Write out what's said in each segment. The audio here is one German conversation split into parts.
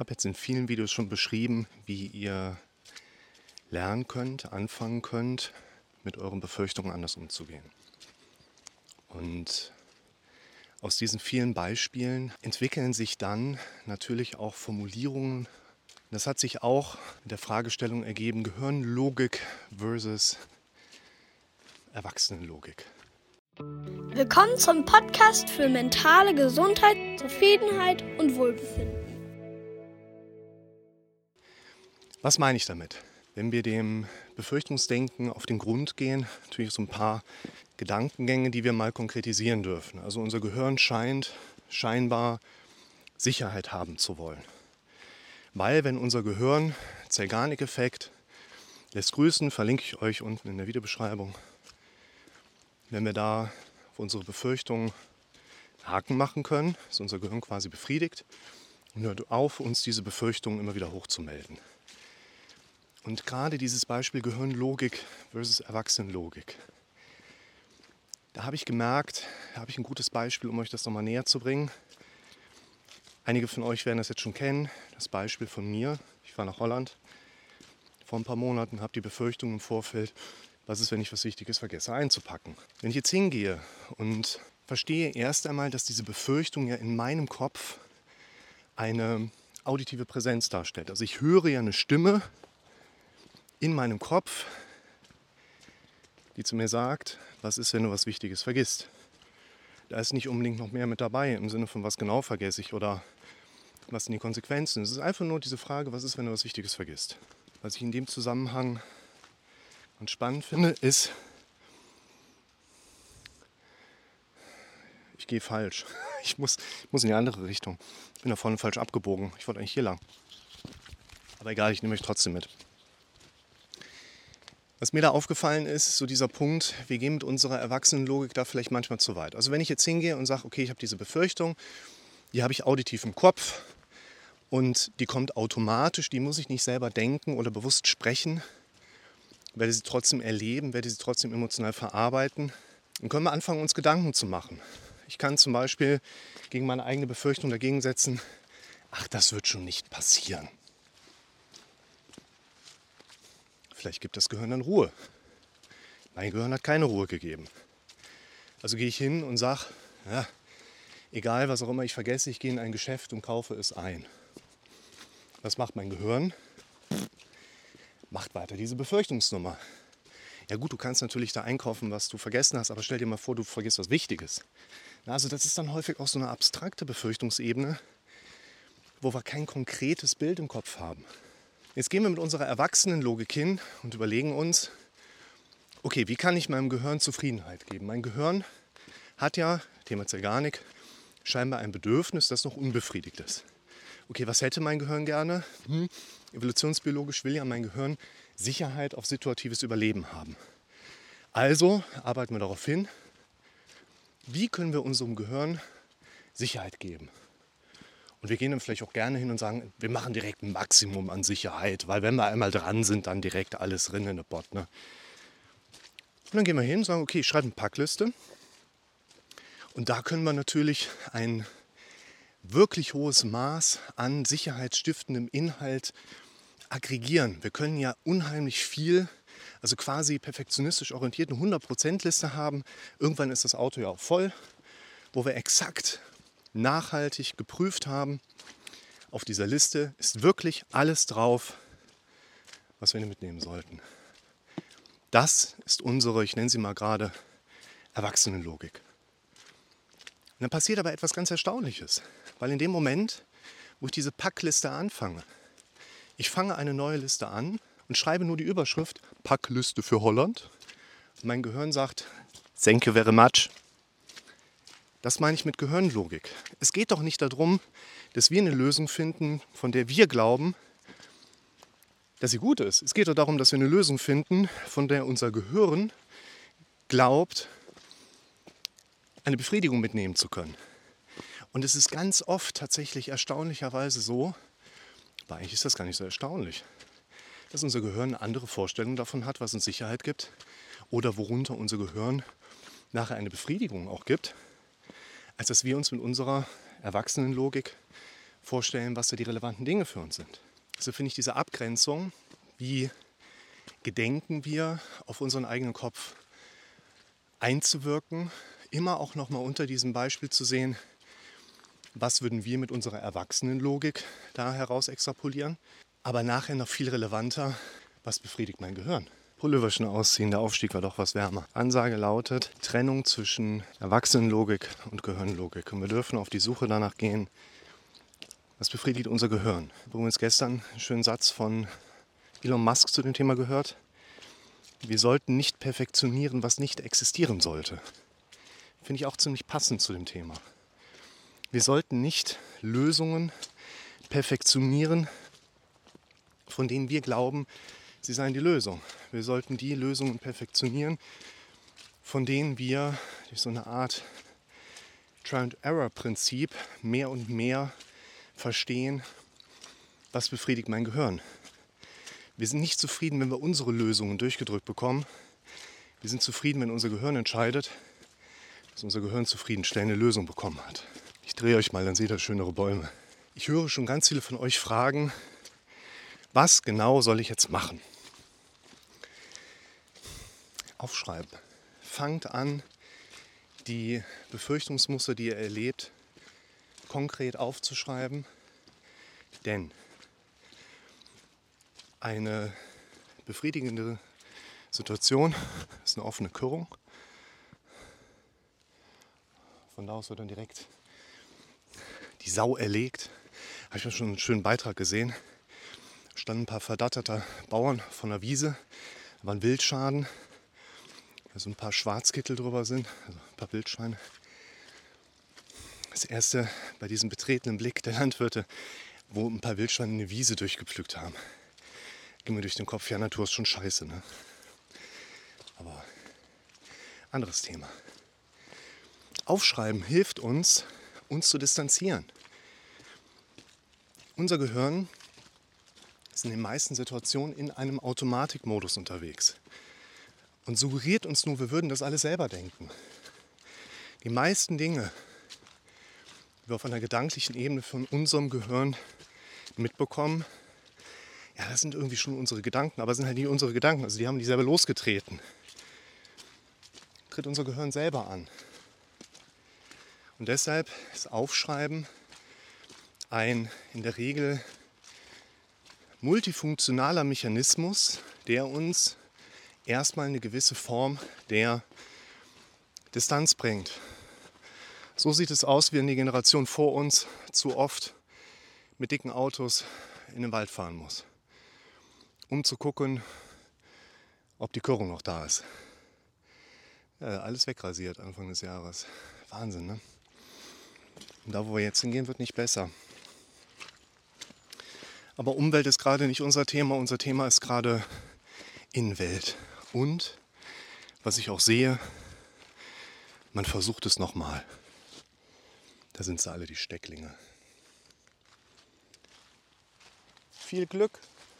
habe jetzt in vielen Videos schon beschrieben, wie ihr lernen könnt, anfangen könnt, mit euren Befürchtungen anders umzugehen. Und aus diesen vielen Beispielen entwickeln sich dann natürlich auch Formulierungen. Das hat sich auch mit der Fragestellung ergeben, Gehirnlogik versus Erwachsenenlogik. Willkommen zum Podcast für mentale Gesundheit, Zufriedenheit und Wohlbefinden. Was meine ich damit? Wenn wir dem Befürchtungsdenken auf den Grund gehen, natürlich so ein paar Gedankengänge, die wir mal konkretisieren dürfen. Also unser Gehirn scheint scheinbar Sicherheit haben zu wollen. Weil wenn unser Gehirn, Zeigarnik-Effekt, lässt grüßen, verlinke ich euch unten in der Videobeschreibung. Wenn wir da auf unsere Befürchtungen Haken machen können, ist unser Gehirn quasi befriedigt und hört auf, uns diese Befürchtungen immer wieder hochzumelden. Und gerade dieses Beispiel Gehirnlogik versus Erwachsenenlogik, da habe ich gemerkt, da habe ich ein gutes Beispiel, um euch das nochmal näher zu bringen. Einige von euch werden das jetzt schon kennen, das Beispiel von mir. Ich war nach Holland vor ein paar Monaten, habe die Befürchtung im Vorfeld, was ist, wenn ich was Wichtiges vergesse einzupacken. Wenn ich jetzt hingehe und verstehe erst einmal, dass diese Befürchtung ja in meinem Kopf eine auditive Präsenz darstellt. Also ich höre ja eine Stimme in meinem Kopf, die zu mir sagt, was ist, wenn du was Wichtiges vergisst. Da ist nicht unbedingt noch mehr mit dabei, im Sinne von was genau vergesse ich oder was sind die Konsequenzen. Es ist einfach nur diese Frage, was ist, wenn du was Wichtiges vergisst. Was ich in dem Zusammenhang ganz spannend finde, ist, ich gehe falsch. Ich muss in die andere Richtung. Ich bin da vorne falsch abgebogen. Ich wollte eigentlich hier lang. Aber egal, ich nehme euch trotzdem mit. Was mir da aufgefallen ist, so dieser Punkt, wir gehen mit unserer Erwachsenenlogik da vielleicht manchmal zu weit. Also wenn ich jetzt hingehe und sage, okay, ich habe diese Befürchtung, die habe ich auditiv im Kopf und die kommt automatisch, die muss ich nicht selber denken oder bewusst sprechen, werde sie trotzdem erleben, werde sie trotzdem emotional verarbeiten. Dann können wir anfangen, uns Gedanken zu machen. Ich kann zum Beispiel gegen meine eigene Befürchtung dagegen setzen, ach, das wird schon nicht passieren. Vielleicht gibt das Gehirn dann Ruhe. Mein Gehirn hat keine Ruhe gegeben. Also gehe ich hin und sage, ja, egal was auch immer ich vergesse, ich gehe in ein Geschäft und kaufe es ein. Was macht mein Gehirn? Macht weiter diese Befürchtungsnummer. Ja gut, du kannst natürlich da einkaufen, was du vergessen hast, aber stell dir mal vor, du vergisst was Wichtiges. Also das ist dann häufig auch so eine abstrakte Befürchtungsebene, wo wir kein konkretes Bild im Kopf haben. Jetzt gehen wir mit unserer Erwachsenenlogik hin und überlegen uns, okay, wie kann ich meinem Gehirn Zufriedenheit geben? Mein Gehirn hat ja, Thema Zeigarnik, scheinbar ein Bedürfnis, das noch unbefriedigt ist. Okay, was hätte mein Gehirn gerne? Evolutionsbiologisch will ja mein Gehirn Sicherheit auf situatives Überleben haben. Also arbeiten wir darauf hin, wie können wir unserem Gehirn Sicherheit geben? Und wir gehen dann vielleicht auch gerne hin und sagen, wir machen direkt ein Maximum an Sicherheit, weil wenn wir einmal dran sind, dann direkt alles drin in der Bot. Ne? Und dann gehen wir hin und sagen, okay, ich schreibe eine Packliste. Und da können wir natürlich ein wirklich hohes Maß an sicherheitsstiftendem Inhalt aggregieren. Wir können ja unheimlich viel, also quasi perfektionistisch orientiert, eine 100%-Liste haben. Irgendwann ist das Auto ja auch voll, wo wir exakt nachhaltig geprüft haben. Auf dieser Liste ist wirklich alles drauf, was wir mitnehmen sollten. Das ist unsere, ich nenne sie mal gerade, Erwachsenenlogik. Und dann passiert aber etwas ganz Erstaunliches, weil in dem Moment, wo ich diese Packliste anfange, ich fange eine neue Liste an und schreibe nur die Überschrift Packliste für Holland. Und mein Gehirn sagt, thank you very much. Das meine ich mit Gehirnlogik. Es geht doch nicht darum, dass wir eine Lösung finden, von der wir glauben, dass sie gut ist. Es geht doch darum, dass wir eine Lösung finden, von der unser Gehirn glaubt, eine Befriedigung mitnehmen zu können. Und es ist ganz oft tatsächlich erstaunlicherweise so, aber eigentlich ist das gar nicht so erstaunlich, dass unser Gehirn eine andere Vorstellung davon hat, was uns Sicherheit gibt oder worunter unser Gehirn nachher eine Befriedigung auch gibt, als dass wir uns mit unserer Erwachsenenlogik vorstellen, was da die relevanten Dinge für uns sind. Also finde ich diese Abgrenzung, wie gedenken wir auf unseren eigenen Kopf einzuwirken, immer auch nochmal unter diesem Beispiel zu sehen, was würden wir mit unserer Erwachsenenlogik da heraus extrapolieren. Aber nachher noch viel relevanter, was befriedigt mein Gehirn? Pulloverchen ausziehen, der Aufstieg war doch was wärmer. Ansage lautet Trennung zwischen Erwachsenenlogik und Gehirnlogik. Und wir dürfen auf die Suche danach gehen, was befriedigt unser Gehirn. Wir haben uns gestern einen schönen Satz von Elon Musk zu dem Thema gehört. Wir sollten nicht perfektionieren, was nicht existieren sollte. Finde ich auch ziemlich passend zu dem Thema. Wir sollten nicht Lösungen perfektionieren, von denen wir glauben, sie seien die Lösung. Wir sollten die Lösungen perfektionieren, von denen wir durch so eine Art Trial-and-Error-Prinzip mehr und mehr verstehen, was befriedigt mein Gehirn. Wir sind nicht zufrieden, wenn wir unsere Lösungen durchgedrückt bekommen. Wir sind zufrieden, wenn unser Gehirn entscheidet, dass unser Gehirn zufriedenstellende Lösung bekommen hat. Ich drehe euch mal, dann seht ihr schönere Bäume. Ich höre schon ganz viele von euch fragen, was genau soll ich jetzt machen? Aufschreiben. Fangt an, die Befürchtungsmuster, die ihr erlebt, konkret aufzuschreiben. Denn eine befriedigende Situation ist eine offene Körung. Von da aus wird dann direkt die Sau erlegt. Habe ich mal schon einen schönen Beitrag gesehen. Da standen ein paar verdatterte Bauern von der Wiese. Da waren Wildschaden. Da so ein paar Schwarzkittel drüber sind, also ein paar Wildschweine. Das erste bei diesem betretenen Blick der Landwirte, wo ein paar Wildschweine eine Wiese durchgepflückt haben. Ging mir durch den Kopf, ja, Natur ist schon scheiße, ne? Aber anderes Thema. Aufschreiben hilft uns zu distanzieren. Unser Gehirn ist in den meisten Situationen in einem Automatikmodus unterwegs und suggeriert uns nur, wir würden das alles selber denken. Die meisten Dinge, die wir auf einer gedanklichen Ebene von unserem Gehirn mitbekommen, ja, das sind irgendwie schon unsere Gedanken, aber sind halt nicht unsere Gedanken, also die haben die selber losgetreten. Tritt unser Gehirn selber an. Und deshalb ist Aufschreiben ein in der Regel multifunktionaler Mechanismus, der uns erstmal eine gewisse Form der Distanz bringt. So sieht es aus, wie wenn die Generation vor uns zu oft mit dicken Autos in den Wald fahren muss, um zu gucken, ob die Körung noch da ist. Ja, alles wegrasiert Anfang des Jahres. Wahnsinn, ne? Und da, wo wir jetzt hingehen, wird nicht besser. Aber Umwelt ist gerade nicht unser Thema. Unser Thema ist gerade Innenwelt. Und, was ich auch sehe, man versucht es nochmal. Da sind sie alle, die Stecklinge. Viel Glück.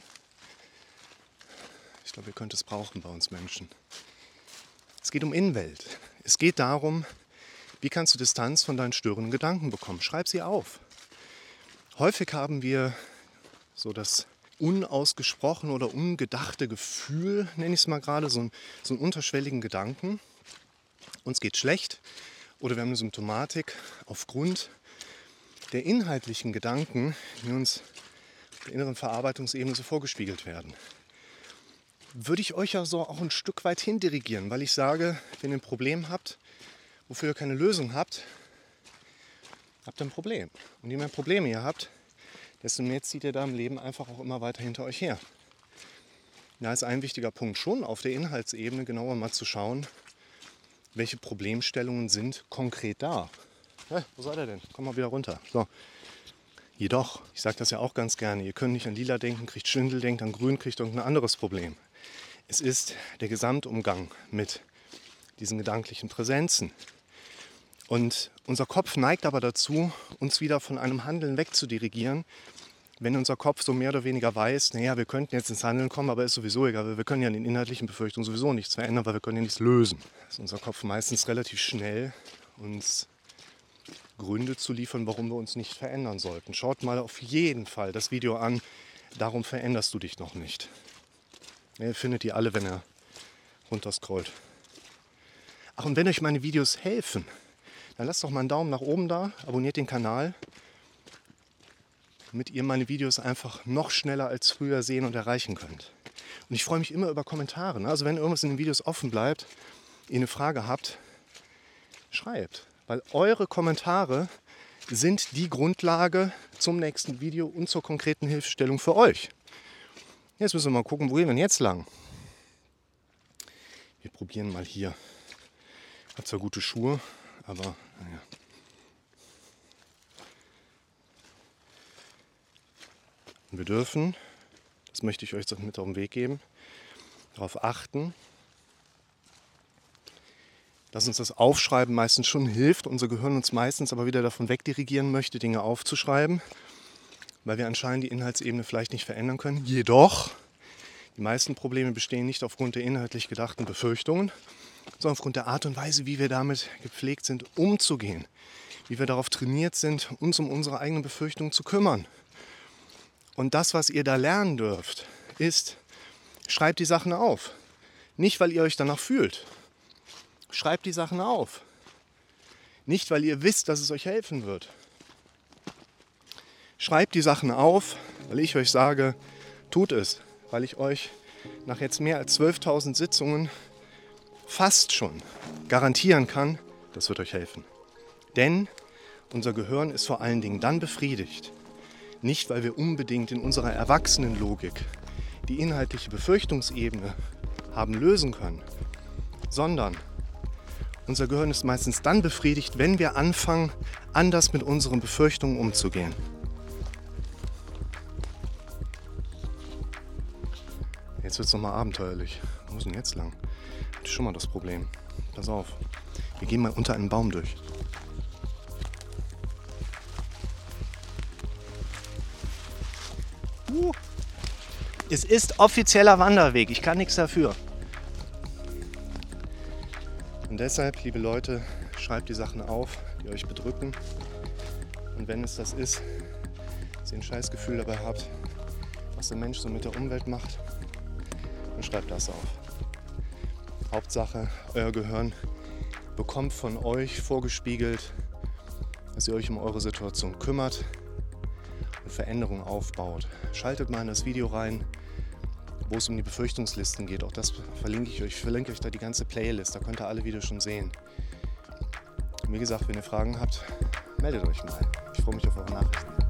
Ich glaube, ihr könnt es brauchen bei uns Menschen. Es geht um Innenwelt. Es geht darum, wie kannst du Distanz von deinen störenden Gedanken bekommen? Schreib sie auf. Häufig haben wir so das unausgesprochene oder ungedachte Gefühl, nenne ich es mal gerade, so einen unterschwelligen Gedanken. Uns geht schlecht oder wir haben eine Symptomatik aufgrund der inhaltlichen Gedanken, die uns auf der inneren Verarbeitungsebene so vorgespiegelt werden. Würde ich euch ja so auch ein Stück weit hindirigieren, weil ich sage, wenn ihr ein Problem habt, wofür ihr keine Lösung habt, habt ihr ein Problem. Und je mehr Probleme ihr habt, desto mehr zieht ihr da im Leben einfach auch immer weiter hinter euch her. Da ist ein wichtiger Punkt schon, auf der Inhaltsebene genauer mal zu schauen, welche Problemstellungen sind konkret da. Hey, wo seid ihr denn? Komm mal wieder runter. So. Jedoch, ich sage das ja auch ganz gerne, ihr könnt nicht an Lila denken, kriegt Schwindel, denkt an Grün, kriegt irgendein anderes Problem. Es ist der Gesamtumgang mit diesen gedanklichen Präsenzen. Und unser Kopf neigt aber dazu, uns wieder von einem Handeln wegzudirigieren, wenn unser Kopf so mehr oder weniger weiß, naja, wir könnten jetzt ins Handeln kommen, aber ist sowieso egal, weil wir können ja an den inhaltlichen Befürchtungen sowieso nichts verändern, weil wir können ja nichts lösen. Dass unser Kopf meistens relativ schnell uns Gründe zu liefern, warum wir uns nicht verändern sollten. Schaut mal auf jeden Fall das Video an, darum veränderst du dich noch nicht. Ihr findet die alle, wenn ihr runterscrollt. Ach, und wenn euch meine Videos helfen, dann lasst doch mal einen Daumen nach oben da, abonniert den Kanal, damit ihr meine Videos einfach noch schneller als früher sehen und erreichen könnt. Und ich freue mich immer über Kommentare. Also wenn irgendwas in den Videos offen bleibt, ihr eine Frage habt, schreibt. Weil eure Kommentare sind die Grundlage zum nächsten Video und zur konkreten Hilfestellung für euch. Jetzt müssen wir mal gucken, wo gehen wir denn jetzt lang? Wir probieren mal hier. Ich habe zwar gute Schuhe, aber naja. Und wir dürfen, das möchte ich euch mit auf den Weg geben, darauf achten, dass uns das Aufschreiben meistens schon hilft. Unser Gehirn uns meistens aber wieder davon wegdirigieren möchte, Dinge aufzuschreiben, weil wir anscheinend die Inhaltsebene vielleicht nicht verändern können. Jedoch, die meisten Probleme bestehen nicht aufgrund der inhaltlich gedachten Befürchtungen, sondern aufgrund der Art und Weise, wie wir damit gepflegt sind, umzugehen. Wie wir darauf trainiert sind, uns um unsere eigenen Befürchtungen zu kümmern. Und das, was ihr da lernen dürft, ist, schreibt die Sachen auf. Nicht, weil ihr euch danach fühlt. Schreibt die Sachen auf. Nicht, weil ihr wisst, dass es euch helfen wird. Schreibt die Sachen auf, weil ich euch sage, tut es. Weil ich euch nach jetzt mehr als 12.000 Sitzungen fast schon garantieren kann, das wird euch helfen. Denn unser Gehirn ist vor allen Dingen dann befriedigt, nicht weil wir unbedingt in unserer Erwachsenenlogik die inhaltliche Befürchtungsebene haben lösen können, sondern unser Gehirn ist meistens dann befriedigt, wenn wir anfangen, anders mit unseren Befürchtungen umzugehen. Jetzt wird es nochmal abenteuerlich. Wo ist denn jetzt lang? Das ist schon mal das Problem. Pass auf. Wir gehen mal unter einen Baum durch. Es ist offizieller Wanderweg. Ich kann nichts dafür. Und deshalb, liebe Leute, schreibt die Sachen auf, die euch bedrücken. Und wenn es das ist, dass ihr ein Scheißgefühl dabei habt, was der Mensch so mit der Umwelt macht, dann schreibt das auf. Hauptsache, euer Gehirn bekommt von euch vorgespiegelt, dass ihr euch um eure Situation kümmert und Veränderungen aufbaut. Schaltet mal in das Video rein, wo es um die Befürchtungslisten geht. Auch das verlinke ich euch. Ich verlinke euch da die ganze Playlist, da könnt ihr alle Videos schon sehen. Und wie gesagt, wenn ihr Fragen habt, meldet euch mal. Ich freue mich auf eure Nachrichten.